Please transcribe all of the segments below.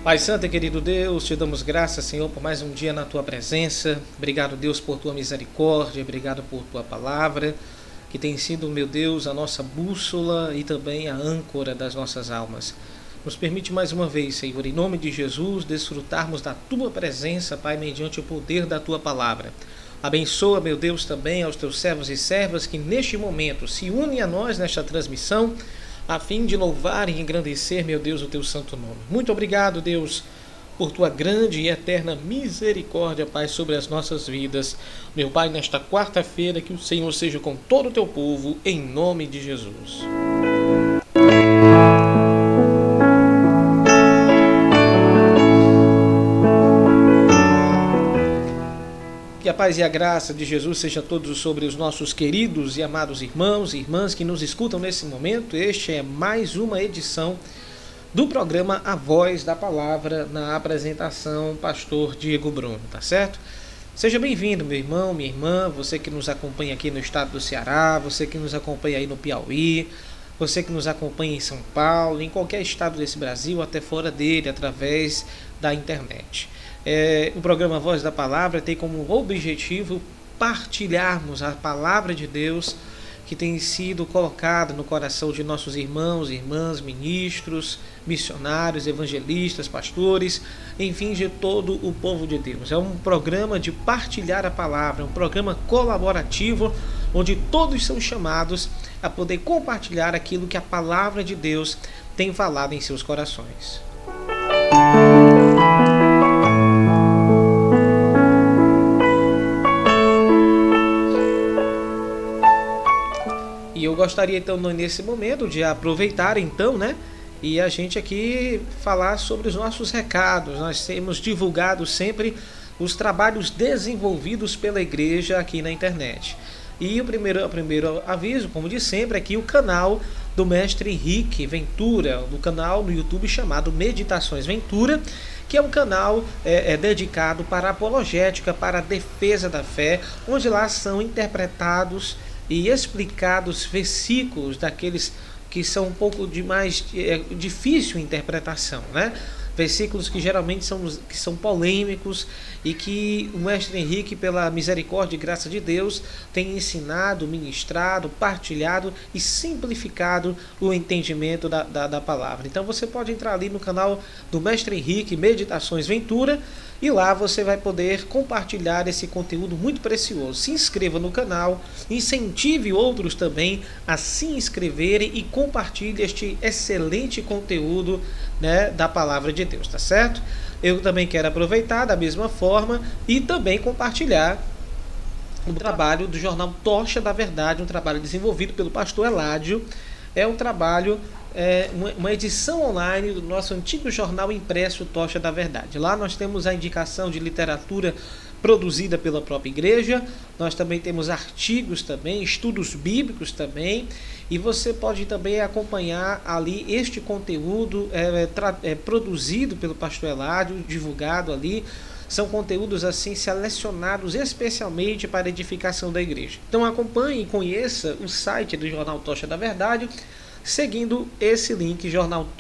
Pai Santo e querido Deus, te damos graças, Senhor, por mais um dia na Tua presença. Obrigado, Deus, por Tua misericórdia. Obrigado por Tua palavra, que tem sido, meu Deus, a nossa bússola e também a âncora das nossas almas. Nos permite mais uma vez, Senhor, em nome de Jesus, desfrutarmos da Tua presença, Pai, mediante o poder da Tua palavra. Abençoa, meu Deus, também aos Teus servos e servas que neste momento se unem a nós nesta transmissão, a fim de louvar e engrandecer, meu Deus, o Teu santo nome. Muito obrigado, Deus, por Tua grande e eterna misericórdia, Pai, sobre as nossas vidas. Meu Pai, nesta quarta-feira, que o Senhor seja com todo o Teu povo, em nome de Jesus. Que a paz e a graça de Jesus seja todos sobre os nossos queridos e amados irmãos e irmãs que nos escutam nesse momento. Este é mais uma edição do programa A Voz da Palavra, na apresentação Pastor Diego Bruno, tá certo? Seja bem-vindo, meu irmão, minha irmã, você que nos acompanha aqui no estado do Ceará, você que nos acompanha aí no Piauí, você que nos acompanha em São Paulo, em qualquer estado desse Brasil, até fora dele, através da internet. O programa Voz da Palavra tem como objetivo partilharmos a palavra de Deus que tem sido colocada no coração de nossos irmãos, irmãs, ministros, missionários, evangelistas, pastores, enfim, de todo o povo de Deus. É um programa de partilhar a palavra, um programa colaborativo, onde todos são chamados a poder compartilhar aquilo que a palavra de Deus tem falado em seus corações. E eu gostaria então nesse momento de aproveitar então, e a gente aqui falar sobre os nossos recados. Nós temos divulgado sempre os trabalhos desenvolvidos pela igreja aqui na internet. E o primeiro aviso, como de sempre, aqui o canal do Mestre Henrique Ventura, do canal no YouTube chamado Meditações Ventura, que é um canal dedicado para a apologética, para a defesa da fé, onde lá são interpretados e explicados versículos daqueles que são um pouco de mais difícil interpretação, Versículos que geralmente são polêmicos e que o Mestre Henrique, pela misericórdia e graça de Deus, tem ensinado, ministrado, partilhado e simplificado o entendimento da palavra. Então você pode entrar ali no canal do Mestre Henrique Meditações Ventura e lá você vai poder compartilhar esse conteúdo muito precioso. Se inscreva no canal, incentive outros também a se inscreverem e compartilhe este excelente conteúdo, da palavra de Deus, tá certo? Eu também quero aproveitar da mesma forma e também compartilhar o trabalho do jornal Tocha da Verdade, um trabalho desenvolvido pelo pastor Eládio. É um trabalho, uma edição online do nosso antigo jornal impresso Tocha da Verdade. Lá nós temos a indicação de literatura produzida pela própria igreja, nós também temos artigos também, estudos bíblicos também, e você pode também acompanhar ali este conteúdo produzido pelo pastor Eládio, divulgado ali. São conteúdos assim selecionados especialmente para a edificação da igreja. Então acompanhe e conheça o site do Jornal Tocha da Verdade, seguindo esse link,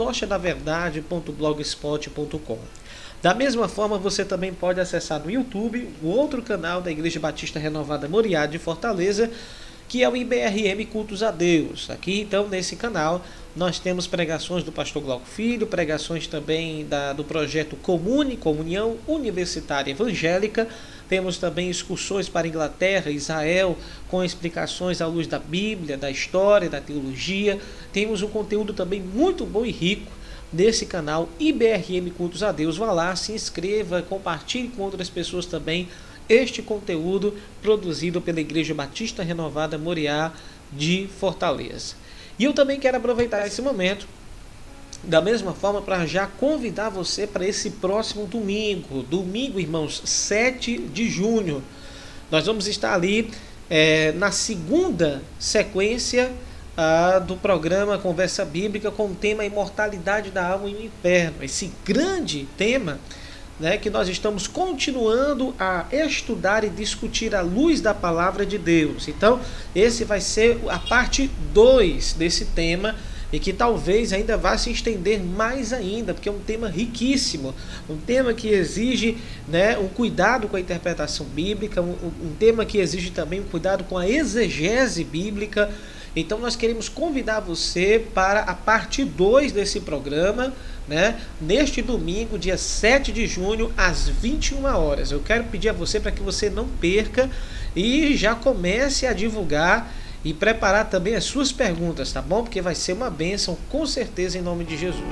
jornaltochaverdade.blogspot.com. Da mesma forma, você também pode acessar no YouTube o outro canal da Igreja Batista Renovada Moriá de Fortaleza, que é o IBRM Cultos a Deus. Aqui, então, nesse canal, nós temos pregações do pastor Glauco Filho, pregações também do projeto Comunhão Universitária Evangélica. Temos também excursões para Inglaterra, Israel, com explicações à luz da Bíblia, da história, da teologia. Temos um conteúdo também muito bom e rico nesse canal IBRM Cultos a Deus. Vá lá, se inscreva, compartilhe com outras pessoas também este conteúdo produzido pela Igreja Batista Renovada Moriá de Fortaleza. E eu também quero aproveitar esse momento, da mesma forma, para já convidar você para esse próximo domingo, irmãos, 7 de junho. Nós vamos estar ali na segunda sequência do programa Conversa Bíblica com o tema Imortalidade da Alma e o Inferno. Esse grande tema, que nós estamos continuando a estudar e discutir à luz da palavra de Deus. Então, esse vai ser a parte 2 desse tema, e que talvez ainda vá se estender mais ainda, porque é um tema riquíssimo, um tema que exige, né, um cuidado com a interpretação bíblica, um tema que exige também um cuidado com a exegese bíblica. Então nós queremos convidar você para a parte 2 desse programa, né? Neste domingo, dia 7 de junho, às 21 horas. Eu quero pedir a você para que você não perca e já comece a divulgar e preparar também as suas perguntas, tá bom? Porque vai ser uma bênção, com certeza, em nome de Jesus.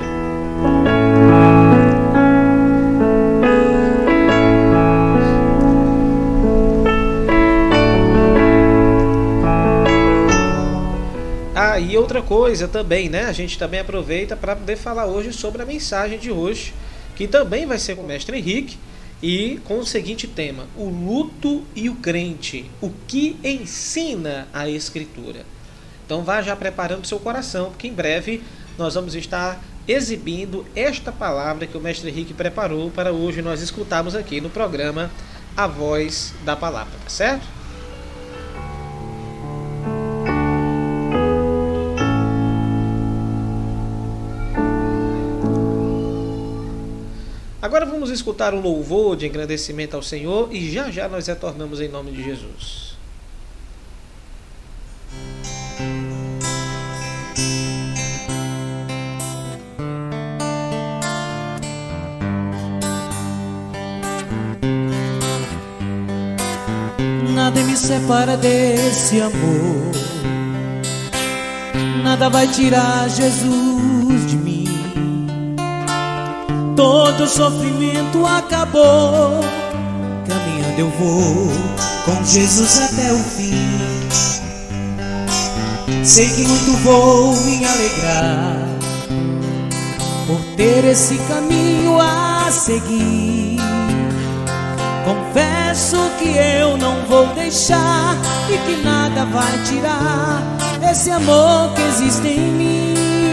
E outra coisa também, né? A gente também aproveita para poder falar hoje sobre a mensagem de hoje, que também vai ser com o mestre Henrique, e com o seguinte tema: o luto e o crente, o que ensina a Escritura. Então vá já preparando seu coração, porque em breve nós vamos estar exibindo esta palavra que o mestre Henrique preparou para hoje nós escutarmos aqui no programa A Voz da Palavra, tá certo? Agora vamos escutar um louvor de engrandecimento ao Senhor e já já nós retornamos em nome de Jesus. Nada me separa desse amor, nada vai tirar Jesus de mim. Todo sofrimento acabou, caminhando eu vou com Jesus até o fim. Sei que muito vou me alegrar por ter esse caminho a seguir. Confesso que eu não vou deixar e que nada vai tirar esse amor que existe em mim.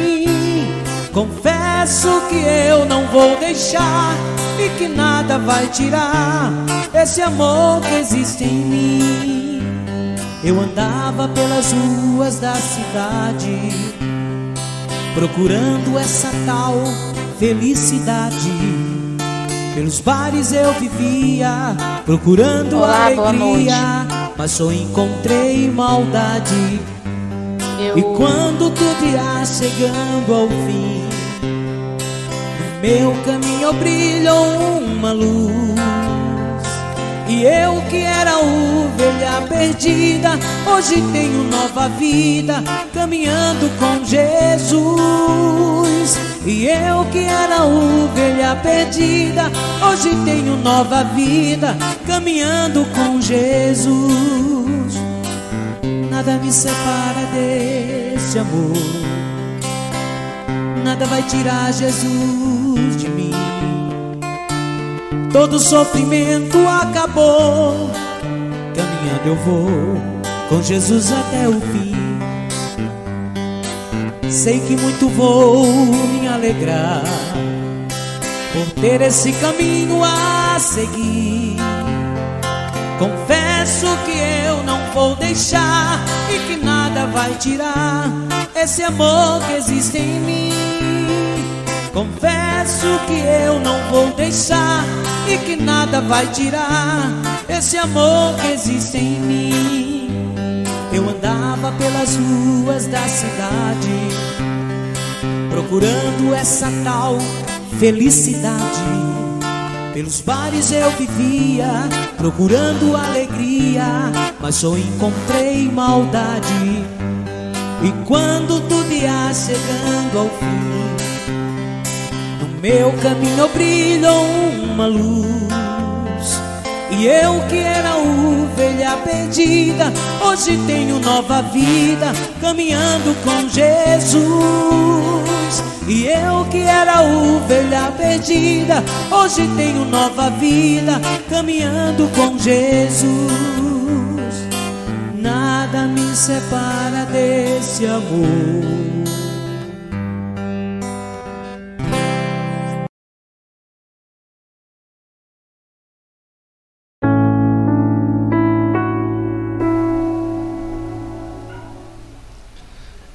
Confesso que eu não vou deixar e que nada vai tirar esse amor que existe em mim. Eu andava pelas ruas da cidade procurando essa tal felicidade. Pelos bares eu vivia procurando alegria, mas só encontrei maldade. E quando tudo ia chegando ao fim, no meu caminho brilhou uma luz. E eu que era ovelha perdida, hoje tenho nova vida, caminhando com Jesus. E eu que era ovelha perdida, hoje tenho nova vida, caminhando com Jesus. Nada me separa desse amor, nada vai tirar Jesus de mim. Todo sofrimento acabou, caminhando eu vou com Jesus até o fim. Sei que muito vou me alegrar por ter esse caminho a seguir. Confesso que eu não vou deixar e que nada vai tirar esse amor que existe em mim. Confesso que eu não vou deixar e que nada vai tirar esse amor que existe em mim. Eu andava pelas ruas da cidade procurando essa tal felicidade. Pelos bares eu vivia procurando alegria, mas só encontrei maldade. E quando tudo ia chegando ao fim, no meu caminho brilhou uma luz. E eu que era ovelha perdida, hoje tenho nova vida, caminhando com Jesus. E eu que era ovelha perdida, hoje tenho nova vida, caminhando com Jesus. Nada me separa desse amor.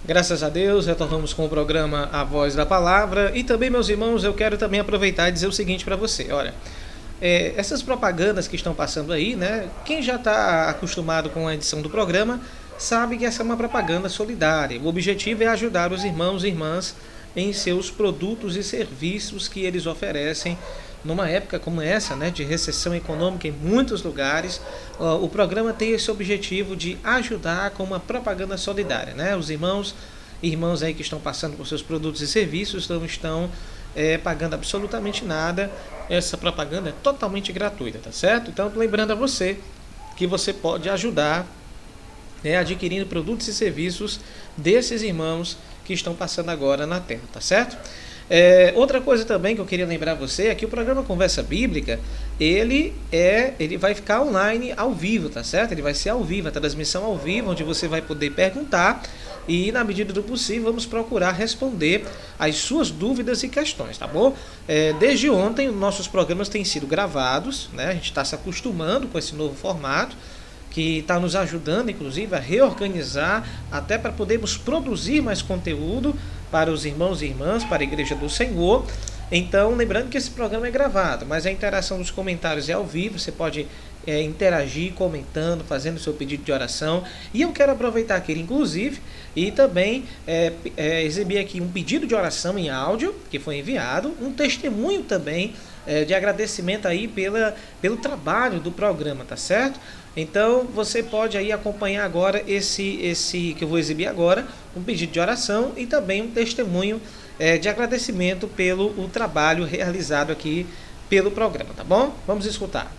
Graças a Deus, retornamos com o programa A Voz da Palavra. E também, meus irmãos, eu quero também aproveitar e dizer o seguinte para você. Olha, essas propagandas que estão passando aí, né? Quem já está acostumado com a edição do programa sabe que essa é uma propaganda solidária. O objetivo é ajudar os irmãos e irmãs em seus produtos e serviços que eles oferecem numa época como essa, né, de recessão econômica em muitos lugares. O programa tem esse objetivo de ajudar com uma propaganda solidária, né? Os irmãos e irmãs aí que estão passando por seus produtos e serviços não estão pagando absolutamente nada. Essa propaganda é totalmente gratuita, tá certo? Então, lembrando a você que você pode ajudar adquirindo produtos e serviços desses irmãos que estão passando agora na Terra, tá certo? Outra coisa também que eu queria lembrar você é que o programa Conversa Bíblica, ele vai ficar online ao vivo, tá certo? Ele vai ser ao vivo, a transmissão ao vivo, onde você vai poder perguntar e, na medida do possível, vamos procurar responder as suas dúvidas e questões, tá bom? Desde ontem, nossos programas têm sido gravados, né? A gente está se acostumando com esse novo formato, que está nos ajudando, inclusive, a reorganizar, até para podermos produzir mais conteúdo para os irmãos e irmãs, para a Igreja do Senhor. Então, lembrando que esse programa é gravado, mas a interação dos comentários é ao vivo, você pode interagir, comentando, fazendo o seu pedido de oração. E eu quero aproveitar aqui, inclusive, e também exibir aqui um pedido de oração em áudio, que foi enviado, um testemunho também de agradecimento aí pelo trabalho do programa, tá certo? Então você pode aí acompanhar agora esse que eu vou exibir agora, um pedido de oração e também um testemunho de agradecimento pelo trabalho realizado aqui pelo programa, tá bom? Vamos escutar.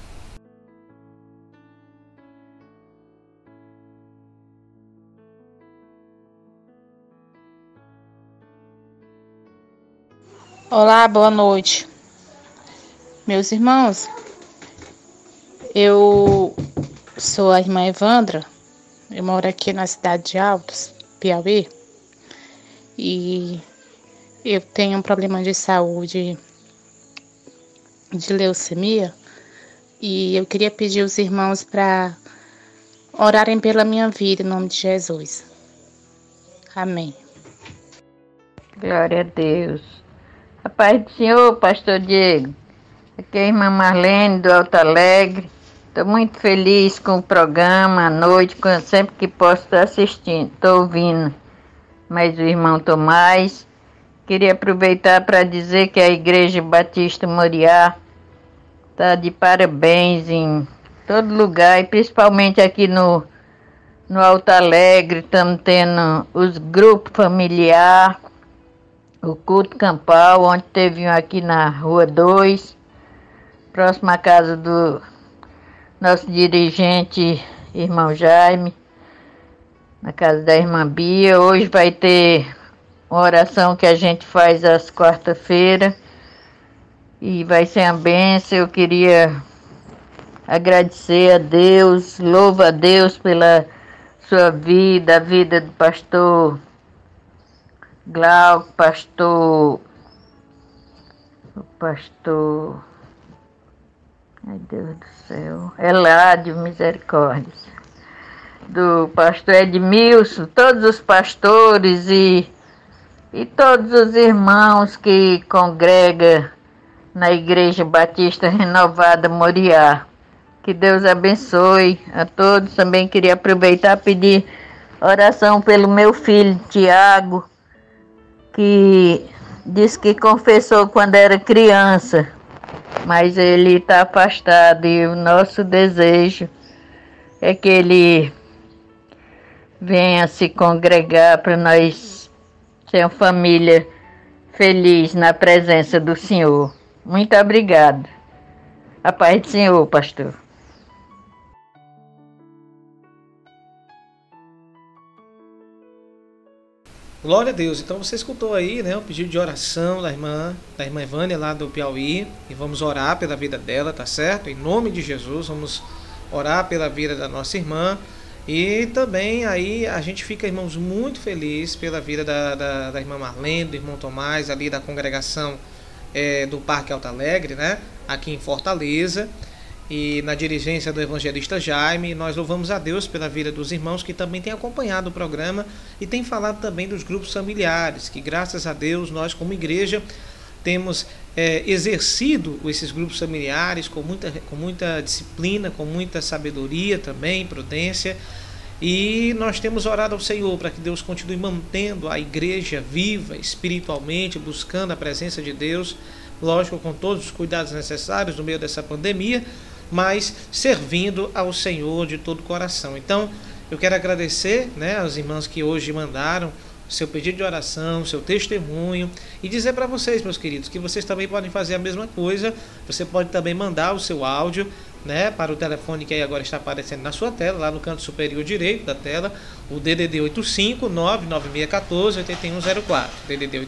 Olá, boa noite. Meus irmãos, eu sou a irmã Evandra, eu moro aqui na cidade de Altos, Piauí, e eu tenho um problema de saúde de leucemia, e eu queria pedir aos irmãos para orarem pela minha vida, em nome de Jesus. Amém. Glória a Deus. A paz do Senhor, pastor Diego. Aqui é a irmã Marlene, do Alto Alegre. Estou muito feliz com o programa, à noite, sempre que posso estar assistindo. Estou ouvindo mais o irmão Tomás. Queria aproveitar para dizer que a Igreja Batista Moriá está de parabéns em todo lugar, e principalmente aqui no Alto Alegre. Estamos tendo os grupos familiares, o culto campal, onde teve um aqui na Rua 2, próximo à casa do nosso dirigente, irmão Jaime, na casa da irmã Bia. Hoje vai ter uma oração que a gente faz às quarta-feiras e vai ser uma bênção. Eu queria agradecer a Deus, louvo a Deus pela sua vida, a vida do pastor Glauco, ai Deus do céu, Eládio, misericórdia, do pastor Edmilson, todos os pastores e todos os irmãos que congregam na Igreja Batista Renovada Moriá. Que Deus abençoe a todos. Também queria aproveitar e pedir oração pelo meu filho Tiago, que disse que confessou quando era criança, mas ele está afastado, e o nosso desejo é que ele venha se congregar para nós ser uma família feliz na presença do Senhor. Muito obrigada. A paz do Senhor, pastor. Glória a Deus. Então você escutou aí, né, o pedido de oração da irmã Evânia lá do Piauí, e vamos orar pela vida dela, tá certo? Em nome de Jesus, vamos orar pela vida da nossa irmã. E também aí a gente fica, irmãos, muito feliz pela vida da irmã Marlene, do irmão Tomás, ali da congregação do Parque Alto Alegre, né, aqui em Fortaleza. e na dirigência do evangelista Jaime. Nós louvamos a Deus pela vida dos irmãos que também têm acompanhado o programa e têm falado também dos grupos familiares, que graças a Deus nós como igreja temos exercido esses grupos familiares com muita disciplina, com muita sabedoria também, prudência, e nós temos orado ao Senhor para que Deus continue mantendo a igreja viva espiritualmente, buscando a presença de Deus, lógico, com todos os cuidados necessários no meio dessa pandemia, mas servindo ao Senhor de todo o coração. Então, eu quero agradecer, aos irmãos que hoje mandaram seu pedido de oração, seu testemunho, e dizer para vocês, meus queridos, que vocês também podem fazer a mesma coisa. Você pode também mandar o seu áudio, para o telefone que aí agora está aparecendo na sua tela, lá no canto superior direito da tela, o DDD 85-99614-8104, DDD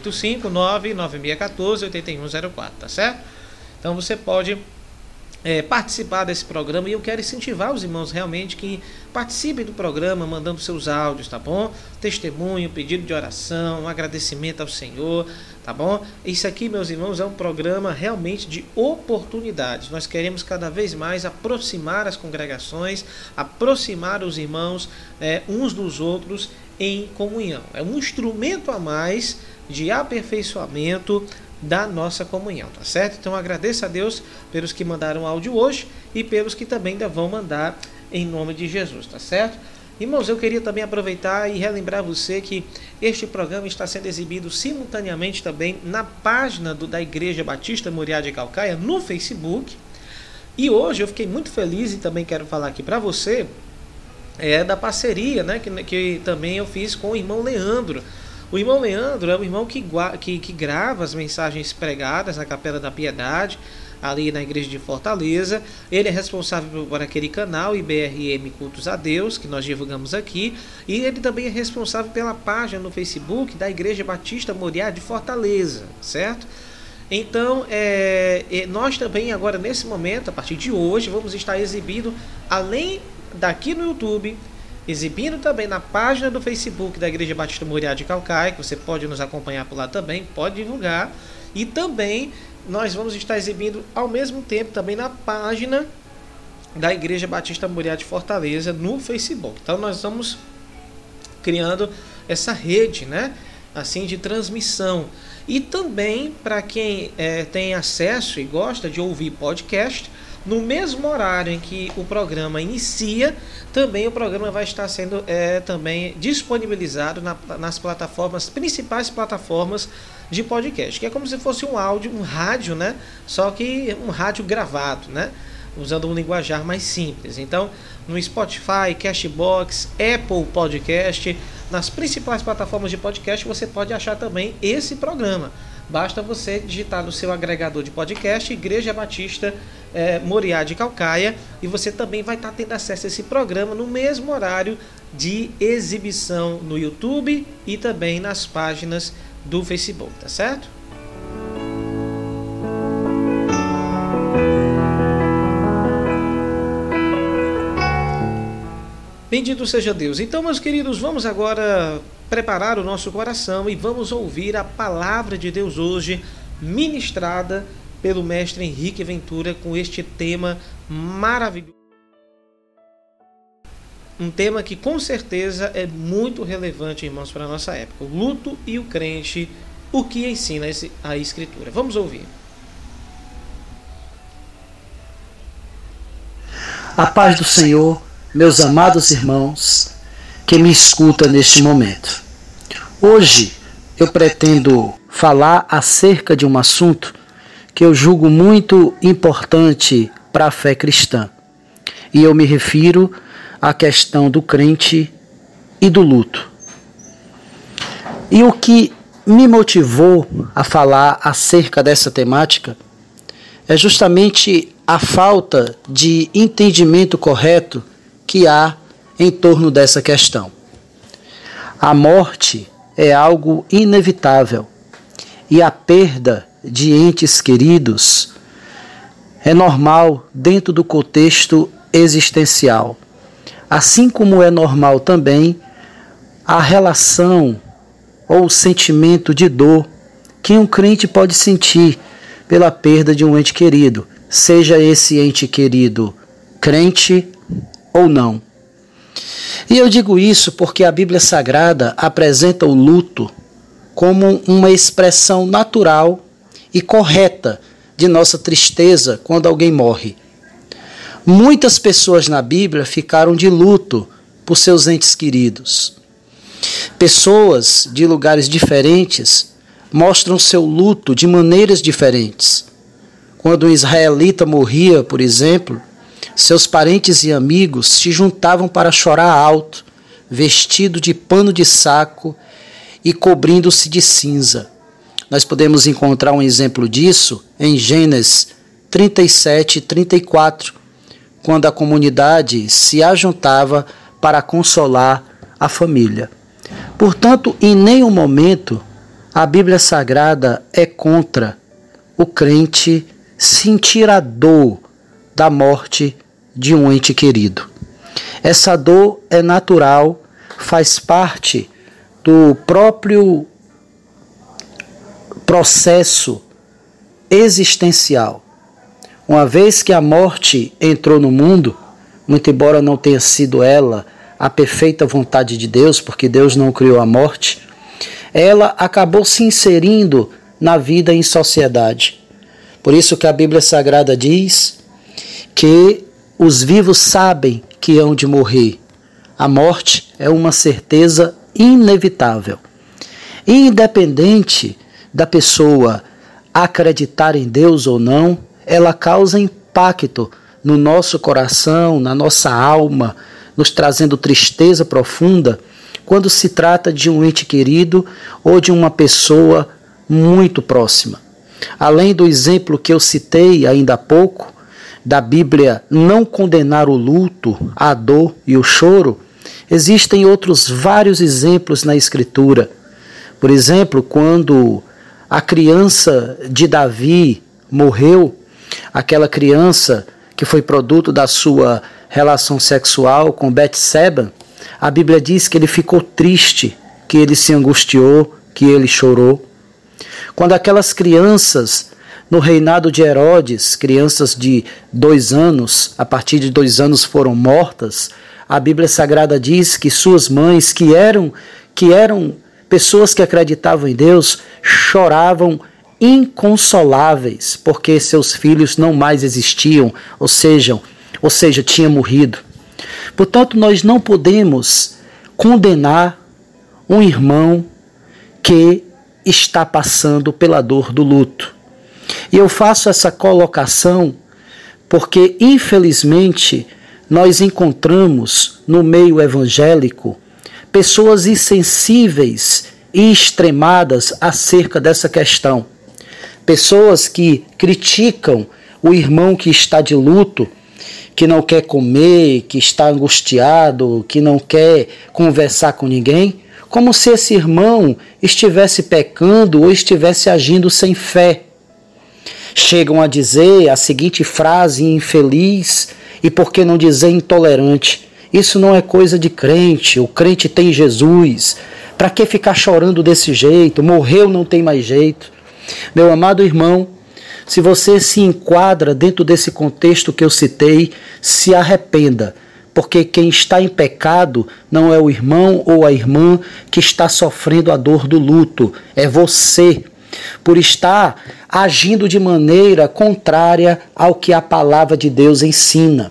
85-99614-8104, tá certo? Então você pode participar desse programa, e eu quero incentivar os irmãos realmente que participem do programa, mandando seus áudios, tá bom? Testemunho, pedido de oração, um agradecimento ao Senhor, tá bom? Isso aqui, meus irmãos, é um programa realmente de oportunidades. Nós queremos cada vez mais aproximar as congregações, aproximar os irmãos uns dos outros em comunhão. É um instrumento a mais de aperfeiçoamento da nossa comunhão, tá certo? Então agradeço a Deus pelos que mandaram áudio hoje e pelos que também ainda vão mandar em nome de Jesus, tá certo? Irmãos, eu queria também aproveitar e relembrar você que este programa está sendo exibido simultaneamente também na página da Igreja Batista Moriá de Calcaia no Facebook, e hoje eu fiquei muito feliz e também quero falar aqui para você da parceria, que também eu fiz com o irmão Leandro. O irmão Leandro é um irmão que grava as mensagens pregadas na Capela da Piedade, ali na igreja de Fortaleza. Ele é responsável por aquele canal IBRM Cultos a Deus, que nós divulgamos aqui, e ele também é responsável pela página no Facebook da Igreja Batista Moriá de Fortaleza, certo? Então, nós também agora nesse momento, a partir de hoje, vamos estar exibindo, além daqui no YouTube, exibindo também na página do Facebook da Igreja Batista Moriá de Calcaia, que você pode nos acompanhar por lá também, pode divulgar, e também nós vamos estar exibindo ao mesmo tempo também na página da Igreja Batista Moriá de Fortaleza no Facebook. Então nós vamos criando essa rede, assim, de transmissão. E também para quem tem acesso e gosta de ouvir podcast, no mesmo horário em que o programa inicia, também o programa vai estar sendo também disponibilizado nas plataformas, principais plataformas de podcast, que é como se fosse um rádio, só que um rádio gravado, usando um linguajar mais simples. Então, no Spotify, Castbox, Apple Podcast, nas principais plataformas de podcast, você pode achar também esse programa. Basta você digitar no seu agregador de podcast Igreja Batista Moriá de Calcaia, e você também vai estar tendo acesso a esse programa no mesmo horário de exibição no YouTube e também nas páginas do Facebook, tá certo? Bendito seja Deus. Então, meus queridos, vamos agora preparar o nosso coração e vamos ouvir a palavra de Deus hoje, ministrada pelo mestre Henrique Ventura, com este tema maravilhoso. Um tema que com certeza é muito relevante, irmãos, para a nossa época. O luto e o crente, o que ensina a Escritura. Vamos ouvir. A paz do Senhor, meus amados irmãos que me escutam neste momento. Hoje eu pretendo falar acerca de um assunto que eu julgo muito importante para a fé cristã. E eu me refiro à questão do crente e do luto. E o que me motivou a falar acerca dessa temática é justamente a falta de entendimento correto que há em torno dessa questão. A morte é algo inevitável e a perda de entes queridos é normal dentro do contexto existencial. Assim como é normal também a relação ou o sentimento de dor que um crente pode sentir pela perda de um ente querido, seja esse ente querido crente ou não. E eu digo isso porque a Bíblia Sagrada apresenta o luto como uma expressão natural e correta de nossa tristeza quando alguém morre. Muitas pessoas na Bíblia ficaram de luto por seus entes queridos. Pessoas de lugares diferentes mostram seu luto de maneiras diferentes. Quando um israelita morria, por exemplo, seus parentes e amigos se juntavam para chorar alto, vestido de pano de saco e cobrindo-se de cinza. Nós podemos encontrar um exemplo disso em Gênesis 37 e 34, quando a comunidade se ajuntava para consolar a família. Portanto, em nenhum momento a Bíblia Sagrada é contra o crente sentir a dor da morte de um ente querido. Essa dor é natural, faz parte do próprio processo existencial. Uma vez que a morte entrou no mundo, muito embora não tenha sido ela a perfeita vontade de Deus, porque Deus não criou a morte, ela acabou se inserindo na vida em sociedade. Por isso que a Bíblia Sagrada diz que os vivos sabem que hão de morrer. A morte é uma certeza inevitável. Independente da pessoa acreditar em Deus ou não, ela causa impacto no nosso coração, na nossa alma, nos trazendo tristeza profunda quando se trata de um ente querido ou de uma pessoa muito próxima. Além do exemplo que eu citei ainda há pouco, da Bíblia não condenar o luto, a dor e o choro, existem outros vários exemplos na Escritura. Por exemplo, quando a criança de Davi morreu, aquela criança que foi produto da sua relação sexual com Betseba, a Bíblia diz que ele ficou triste, que ele se angustiou, que ele chorou. Quando aquelas crianças no reinado de Herodes, crianças de 2 anos, a partir de 2 anos foram mortas, a Bíblia Sagrada diz que suas mães, que eram pessoas que acreditavam em Deus, choravam inconsoláveis, porque seus filhos não mais existiam, ou seja, tinham morrido. Portanto, nós não podemos condenar um irmão que está passando pela dor do luto. E eu faço essa colocação porque, infelizmente, nós encontramos no meio evangélico pessoas insensíveis e extremadas acerca dessa questão. Pessoas que criticam o irmão que está de luto, que não quer comer, que está angustiado, que não quer conversar com ninguém, como se esse irmão estivesse pecando ou estivesse agindo sem fé. Chegam a dizer a seguinte frase infeliz, e por que não dizer intolerante: isso não é coisa de crente, o crente tem Jesus, para que ficar chorando desse jeito, morreu, não tem mais jeito. Meu amado irmão, se você se enquadra dentro desse contexto que eu citei, se arrependa, porque quem está em pecado não é o irmão ou a irmã que está sofrendo a dor do luto, é você, por estar agindo de maneira contrária ao que a palavra de Deus ensina.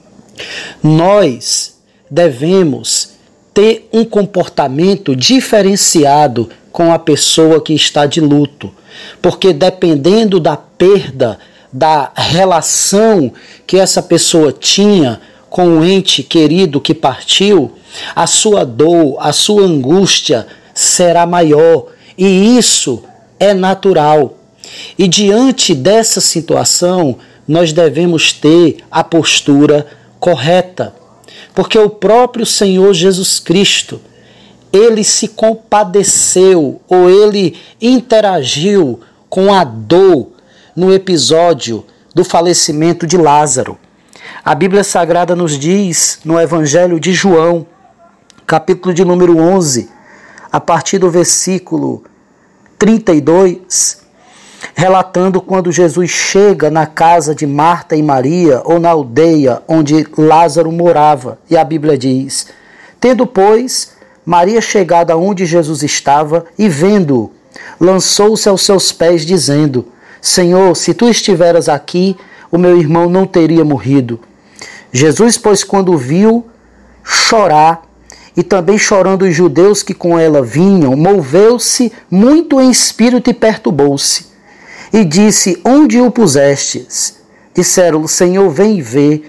Nós devemos ter um comportamento diferenciado com a pessoa que está de luto, porque dependendo da perda, da relação que essa pessoa tinha com o ente querido que partiu, a sua dor, a sua angústia será maior, e isso é natural. E diante dessa situação, nós devemos ter a postura correta, porque o próprio Senhor Jesus Cristo, ele se compadeceu, ou ele interagiu com a dor no episódio do falecimento de Lázaro. A Bíblia Sagrada nos diz, no Evangelho de João, capítulo de número 11, a partir do versículo 32, relatando quando Jesus chega na casa de Marta e Maria, ou na aldeia onde Lázaro morava. E a Bíblia diz: tendo, pois, Maria chegado aonde Jesus estava e vendo-o, lançou-se aos seus pés, dizendo: Senhor, se tu estiveras aqui, o meu irmão não teria morrido. Jesus, pois, quando viu chorar, e também chorando os judeus que com ela vinham, moveu-se muito em espírito e perturbou-se. E disse: onde o pusestes? Disseram-lhe: Senhor, vem e vê.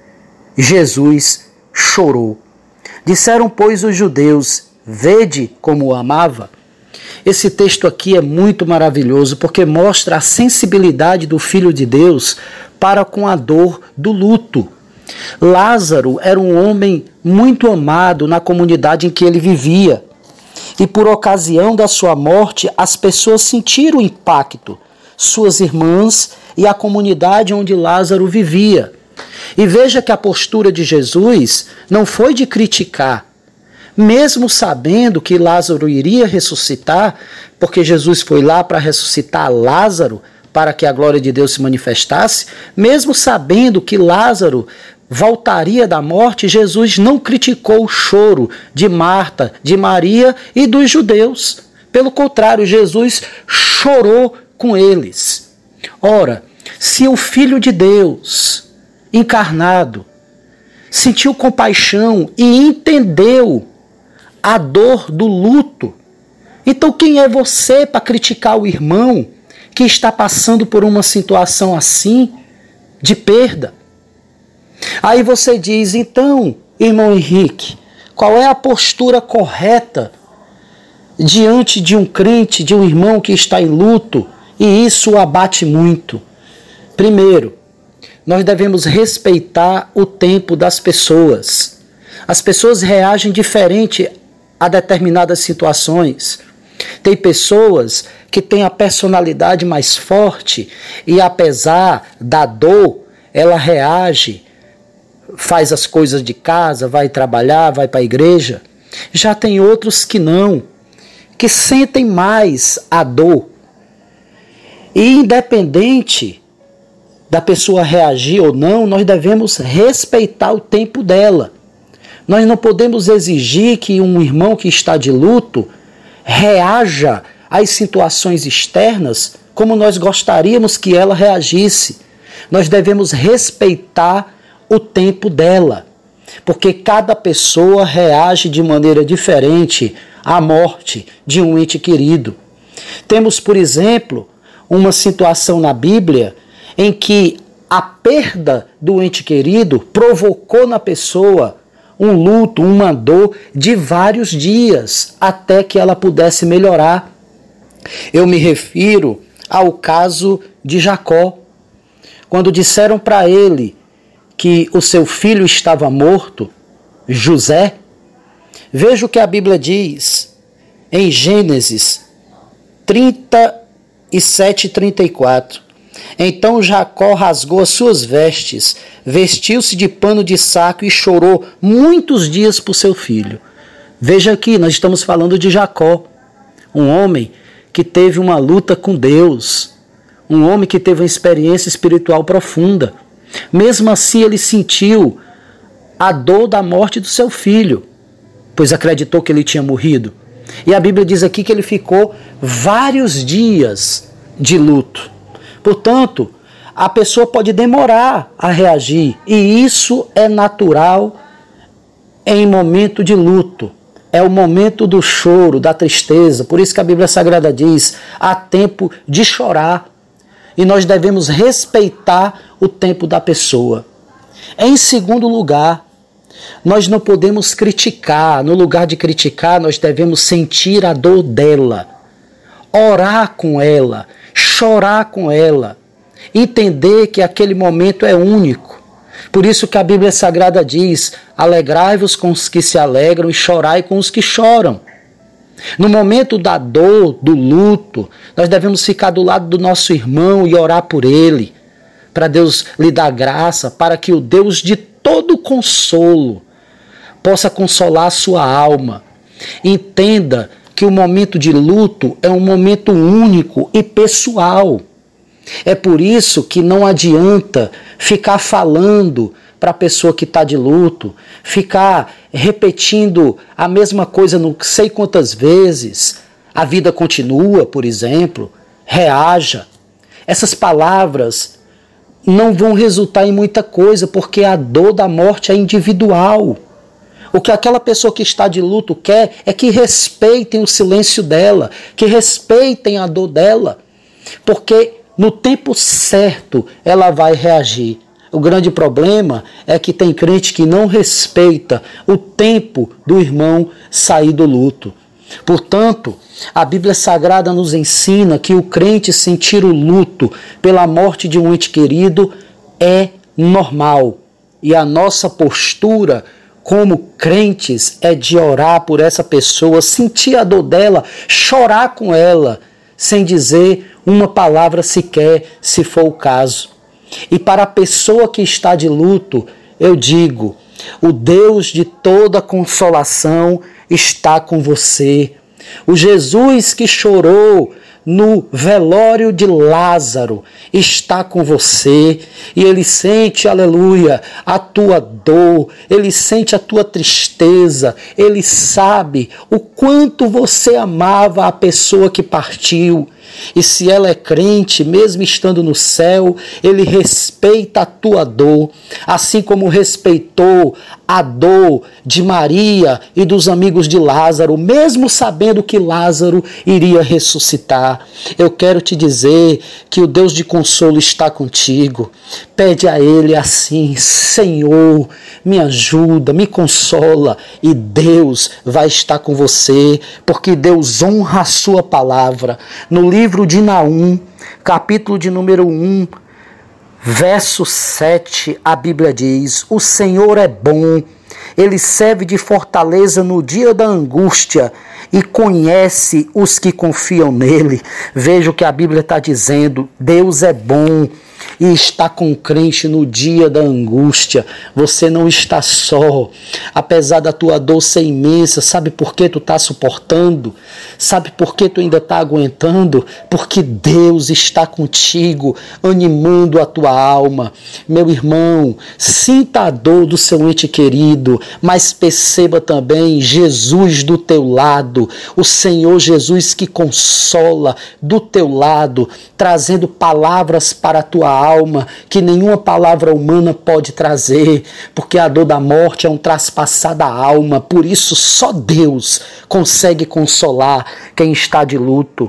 Jesus chorou. Disseram, pois, os judeus: vede como o amava. Esse texto aqui é muito maravilhoso porque mostra a sensibilidade do Filho de Deus para com a dor do luto. Lázaro era um homem muito amado na comunidade em que ele vivia. E por ocasião da sua morte, as pessoas sentiram o impacto, suas irmãs e a comunidade onde Lázaro vivia. E veja que a postura de Jesus não foi de criticar, mesmo sabendo que Lázaro iria ressuscitar, porque Jesus foi lá para ressuscitar Lázaro, para que a glória de Deus se manifestasse, mesmo sabendo que Lázaro voltaria da morte, Jesus não criticou o choro de Marta, de Maria e dos judeus. Pelo contrário, Jesus chorou com eles. Ora, se o Filho de Deus, encarnado, sentiu compaixão e entendeu a dor do luto, então quem é você para criticar o irmão que está passando por uma situação assim, de perda? Aí você diz: então, irmão Henrique, qual é a postura correta diante de um crente, de um irmão que está em luto e isso o abate muito? Primeiro, nós devemos respeitar o tempo das pessoas. As pessoas reagem diferente a determinadas situações. Tem pessoas que têm a personalidade mais forte e, apesar da dor, ela reage, faz as coisas de casa, vai trabalhar, vai para a igreja. Já tem outros que não, que sentem mais a dor. E independente da pessoa reagir ou não, nós devemos respeitar o tempo dela. Nós não podemos exigir que um irmão que está de luto reaja às situações externas como nós gostaríamos que ela reagisse. Nós devemos respeitar o tempo dela, porque cada pessoa reage de maneira diferente à morte de um ente querido. Temos, por exemplo, uma situação na Bíblia em que a perda do ente querido provocou na pessoa um luto, uma dor de vários dias até que ela pudesse melhorar. Eu me refiro ao caso de Jacó. Quando disseram para ele que o seu filho estava morto, José, veja o que a Bíblia diz em Gênesis 37 e 34. Então Jacó rasgou as suas vestes, vestiu-se de pano de saco e chorou muitos dias por seu filho. Veja aqui, nós estamos falando de Jacó, um homem que teve uma luta com Deus, um homem que teve uma experiência espiritual profunda. Mesmo assim ele sentiu a dor da morte do seu filho, pois acreditou que ele tinha morrido. E a Bíblia diz aqui que ele ficou vários dias de luto. Portanto, a pessoa pode demorar a reagir, e isso é natural em momento de luto. É o momento do choro, da tristeza. Por isso que a Bíblia Sagrada diz: há tempo de chorar. E nós devemos respeitar o tempo da pessoa. Em segundo lugar, nós não podemos criticar. No lugar de criticar, nós devemos sentir a dor dela, orar com ela, chorar com ela, entender que aquele momento é único. Por isso que a Bíblia Sagrada diz: alegrai-vos com os que se alegram e chorai com os que choram. No momento da dor, do luto, nós devemos ficar do lado do nosso irmão e orar por ele, para Deus lhe dar graça, para que o Deus de todo consolo possa consolar a sua alma. Entenda que o momento de luto é um momento único e pessoal. É por isso que não adianta ficar falando para a pessoa que está de luto, ficar repetindo a mesma coisa não sei quantas vezes. A vida continua, por exemplo, reaja. Essas palavras não vão resultar em muita coisa, porque a dor da morte é individual. O que aquela pessoa que está de luto quer é que respeitem o silêncio dela, que respeitem a dor dela, porque no tempo certo ela vai reagir. O grande problema é que tem crente que não respeita o tempo do irmão sair do luto. Portanto, a Bíblia Sagrada nos ensina que o crente sentir o luto pela morte de um ente querido é normal. E a nossa postura como crentes é de orar por essa pessoa, sentir a dor dela, chorar com ela, sem dizer uma palavra sequer, se for o caso. E para a pessoa que está de luto, eu digo, o Deus de toda consolação está com você. O Jesus que chorou no velório de Lázaro está com você e ele sente, aleluia, a tua dor, ele sente a tua tristeza, ele sabe o quanto você amava a pessoa que partiu. E se ela é crente, mesmo estando no céu, ele respeita a tua dor, assim como respeitou a dor de Maria e dos amigos de Lázaro, mesmo sabendo que Lázaro iria ressuscitar. Eu quero te dizer que o Deus de consolo está contigo. Pede a Ele assim: Senhor, me ajuda, me consola, e Deus vai estar com você, porque Deus honra a sua palavra. No livro de Naum, capítulo de número 1, verso 7, a Bíblia diz: o Senhor é bom, Ele serve de fortaleza no dia da angústia e conhece os que confiam nele. Veja o que a Bíblia está dizendo: Deus é bom e está com o crente no dia da angústia. Você não está só, apesar da tua dor ser imensa. Sabe por que tu está suportando? Sabe por que tu ainda está aguentando? Porque Deus está contigo, animando a tua alma. Meu irmão, sinta a dor do seu ente querido, mas perceba também Jesus do teu lado, o Senhor Jesus que consola do teu lado, trazendo palavras para a tua alma que nenhuma palavra humana pode trazer, porque a dor da morte é um traspassar da alma. Por isso só Deus consegue consolar quem está de luto.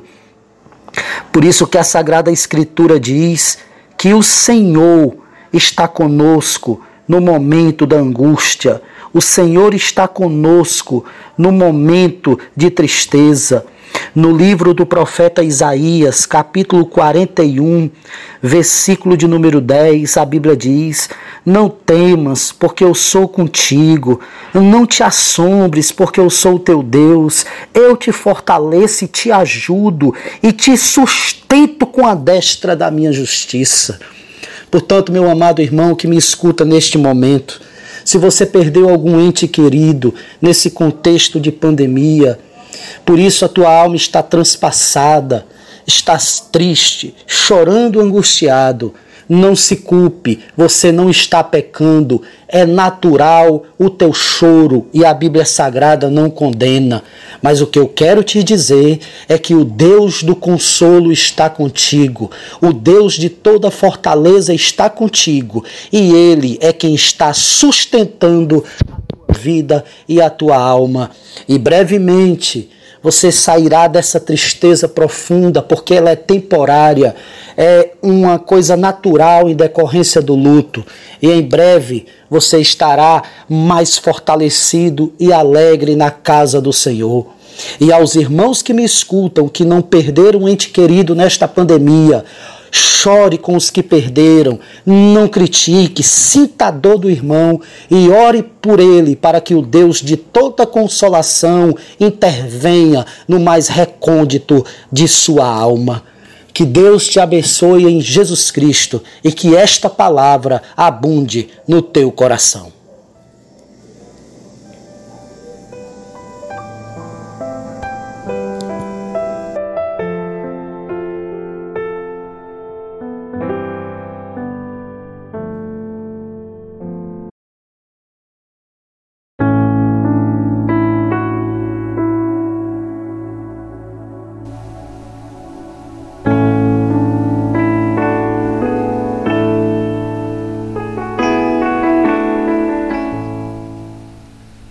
Por isso que a Sagrada Escritura diz que o Senhor está conosco no momento da angústia. O Senhor está conosco no momento de tristeza. No livro do profeta Isaías, capítulo 41, versículo de número 10, a Bíblia diz: não temas, porque eu sou contigo. Não te assombres, porque eu sou o teu Deus. Eu te fortaleço e te ajudo e te sustento com a destra da minha justiça. Portanto, meu amado irmão que me escuta neste momento, se você perdeu algum ente querido nesse contexto de pandemia, por isso a tua alma está transpassada, estás triste, chorando, angustiado, não se culpe, você não está pecando, é natural o teu choro e a Bíblia Sagrada não condena. Mas o que eu quero te dizer é que o Deus do consolo está contigo, o Deus de toda fortaleza está contigo e Ele é quem está sustentando a tua vida e a tua alma. E brevemente você sairá dessa tristeza profunda, porque ela é temporária, é uma coisa natural em decorrência do luto. E em breve você estará mais fortalecido e alegre na casa do Senhor. E aos irmãos que me escutam, que não perderam um ente querido nesta pandemia, chore com os que perderam, não critique, sinta a dor do irmão e ore por ele para que o Deus de toda consolação intervenha no mais recôndito de sua alma. Que Deus te abençoe em Jesus Cristo e que esta palavra abunde no teu coração.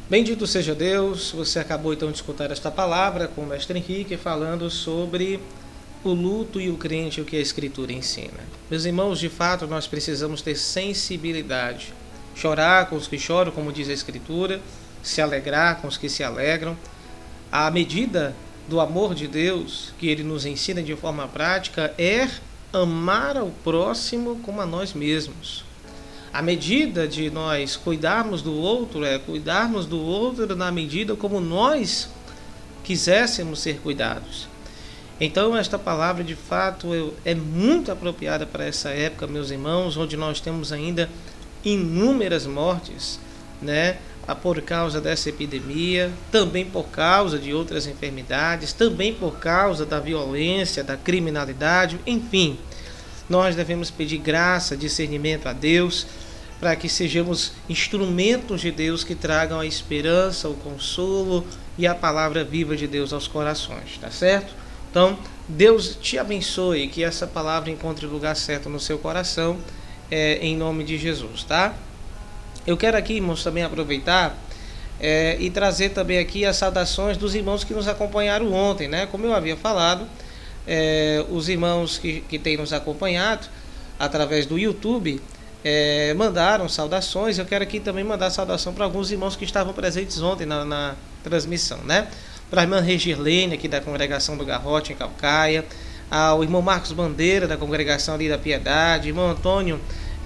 Bendito seja Deus. Você acabou então de escutar esta palavra com o mestre Henrique falando sobre o luto e o crente, o que a Escritura ensina. Meus irmãos, de fato nós precisamos ter sensibilidade, chorar com os que choram, como diz a Escritura, se alegrar com os que se alegram. A medida do amor de Deus que Ele nos ensina de forma prática é amar ao próximo como a nós mesmos. A medida de nós cuidarmos do outro é cuidarmos do outro na medida como nós quiséssemos ser cuidados. Então esta palavra de fato é muito apropriada para essa época, meus irmãos, onde nós temos ainda inúmeras mortes, né? Por causa dessa epidemia, também por causa de outras enfermidades, também por causa da violência, da criminalidade, enfim. Nós devemos pedir graça, discernimento a Deus, para que sejamos instrumentos de Deus que tragam a esperança, o consolo e a palavra viva de Deus aos corações, tá certo? Então, Deus te abençoe, que essa palavra encontre o lugar certo no seu coração, em nome de Jesus, tá? Eu quero aqui, irmãos, também aproveitar e trazer também aqui as saudações dos irmãos que nos acompanharam ontem, né? Como eu havia falado, os irmãos que têm nos acompanhado através do YouTube mandaram saudações. Eu quero aqui também mandar saudação para alguns irmãos que estavam presentes ontem na transmissão, né? Para a irmã Regirlene, aqui da congregação do Garrote, em Calcaia, ao irmão Marcos Bandeira, da congregação ali da Piedade, irmão Antônio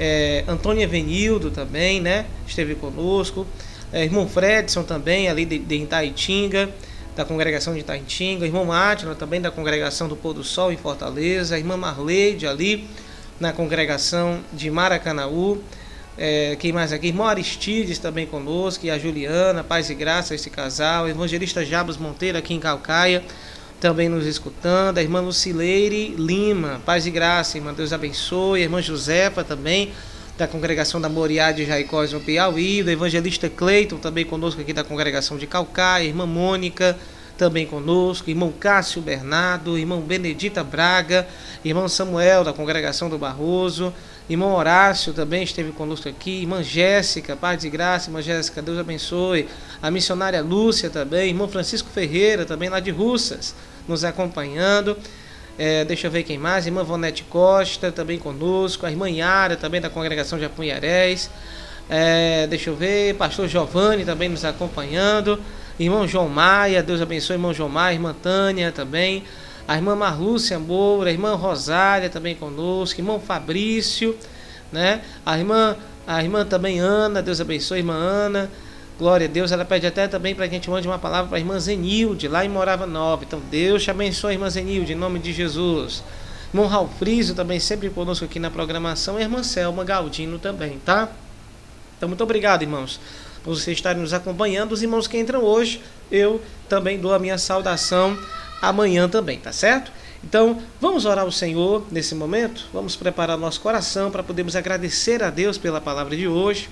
Evenildo também, né? Esteve conosco, irmão Fredson também, ali de Itaitinga, da congregação de Itaitinga, irmão Átila também da congregação do Pôr do Sol em Fortaleza, a irmã Marleide ali na congregação de Maracanaú, quem mais aqui? Irmão Aristides também conosco, e a Juliana, paz e graça a esse casal, o evangelista Jabas Monteiro aqui em Calcaia, também nos escutando, a irmã Lucileire Lima, paz e graça, irmã, Deus abençoe, a irmã Josefa também, da congregação da Moriá de Jaicós no Piauí, do evangelista Cleiton também conosco aqui da congregação de Calcaia, irmã Mônica também conosco, irmão Cássio Bernardo, irmão Benedita Braga, irmão Samuel da congregação do Barroso, irmão Horácio também esteve conosco aqui, irmã Jéssica, paz e graça, irmã Jéssica, Deus abençoe, a missionária Lúcia também, irmão Francisco Ferreira também lá de Russas, nos acompanhando, deixa eu ver quem mais, irmã Vonete Costa também conosco, a irmã Yara também da congregação de Apunharés, deixa eu ver, pastor Giovanni também nos acompanhando, irmão João Maia, Deus abençoe, irmão João Maia, irmã Tânia também, a irmã Marlúcia Moura, a irmã Rosália também conosco, irmão Fabrício, né? A irmã também Ana, Deus abençoe, irmã Ana, glória a Deus. Ela pede até também para que a gente mande uma palavra para a irmã Zenilde, lá em Morava Nova. Então Deus te abençoe, irmã Zenilde, em nome de Jesus. Irmão Raul Frísio também sempre conosco aqui na programação, e a irmã Selma Galdino também, tá? Então muito obrigado, irmãos, por vocês estarem nos acompanhando. Os irmãos que entram hoje, eu também dou a minha saudação amanhã também, tá certo? Então, vamos orar ao Senhor nesse momento, vamos preparar nosso coração para podermos agradecer a Deus pela palavra de hoje.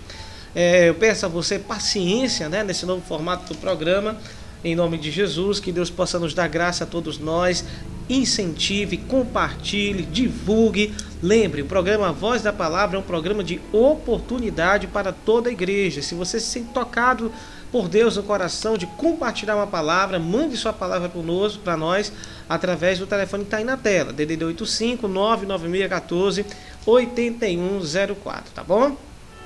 Eu peço a você paciência, né, nesse novo formato do programa, em nome de Jesus, que Deus possa nos dar graça a todos nós, incentive, compartilhe, divulgue. Lembre, o programa Voz da Palavra é um programa de oportunidade para toda a igreja. Se você se sente tocado por Deus no coração de compartilhar uma palavra, mande sua palavra para nós através do telefone que está aí na tela, DDD 85 99614 8104, tá bom?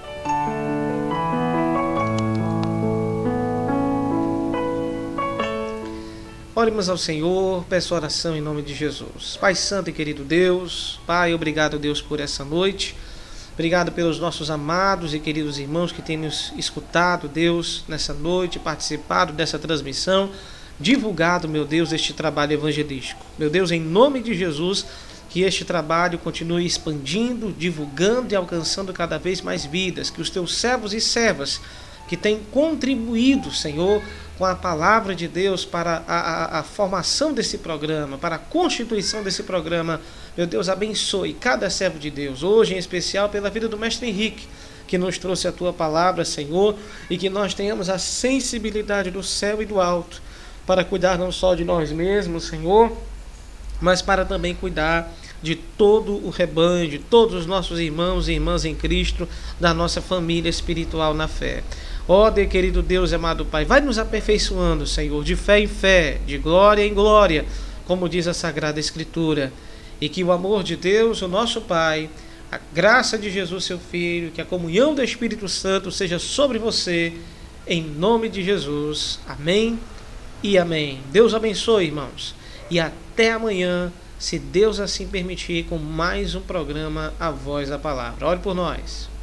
Oremos ao Senhor, peço oração em nome de Jesus. Pai santo e querido Deus, Pai, obrigado, Deus, por essa noite. Obrigado pelos nossos amados e queridos irmãos que têm nos escutado, Deus, nessa noite, participado dessa transmissão, divulgado, meu Deus, este trabalho evangelístico. Meu Deus, em nome de Jesus, que este trabalho continue expandindo, divulgando e alcançando cada vez mais vidas, que os teus servos e servas que têm contribuído, Senhor, com a palavra de Deus para a formação desse programa, para a constituição desse programa, meu Deus, abençoe cada servo de Deus, hoje em especial pela vida do mestre Henrique, que nos trouxe a tua palavra, Senhor, e que nós tenhamos a sensibilidade do céu e do alto para cuidar não só de nós mesmos, Senhor, mas para também cuidar de todo o rebanho, de todos os nossos irmãos e irmãs em Cristo, da nossa família espiritual na fé. Ó, querido Deus e amado Pai, vai nos aperfeiçoando, Senhor, de fé em fé, de glória em glória, como diz a Sagrada Escritura, e que o amor de Deus, o nosso Pai, a graça de Jesus, seu Filho, que a comunhão do Espírito Santo seja sobre você, em nome de Jesus. Amém e amém. Deus abençoe, irmãos, e até amanhã, se Deus assim permitir, com mais um programa A Voz da Palavra. Ore por nós.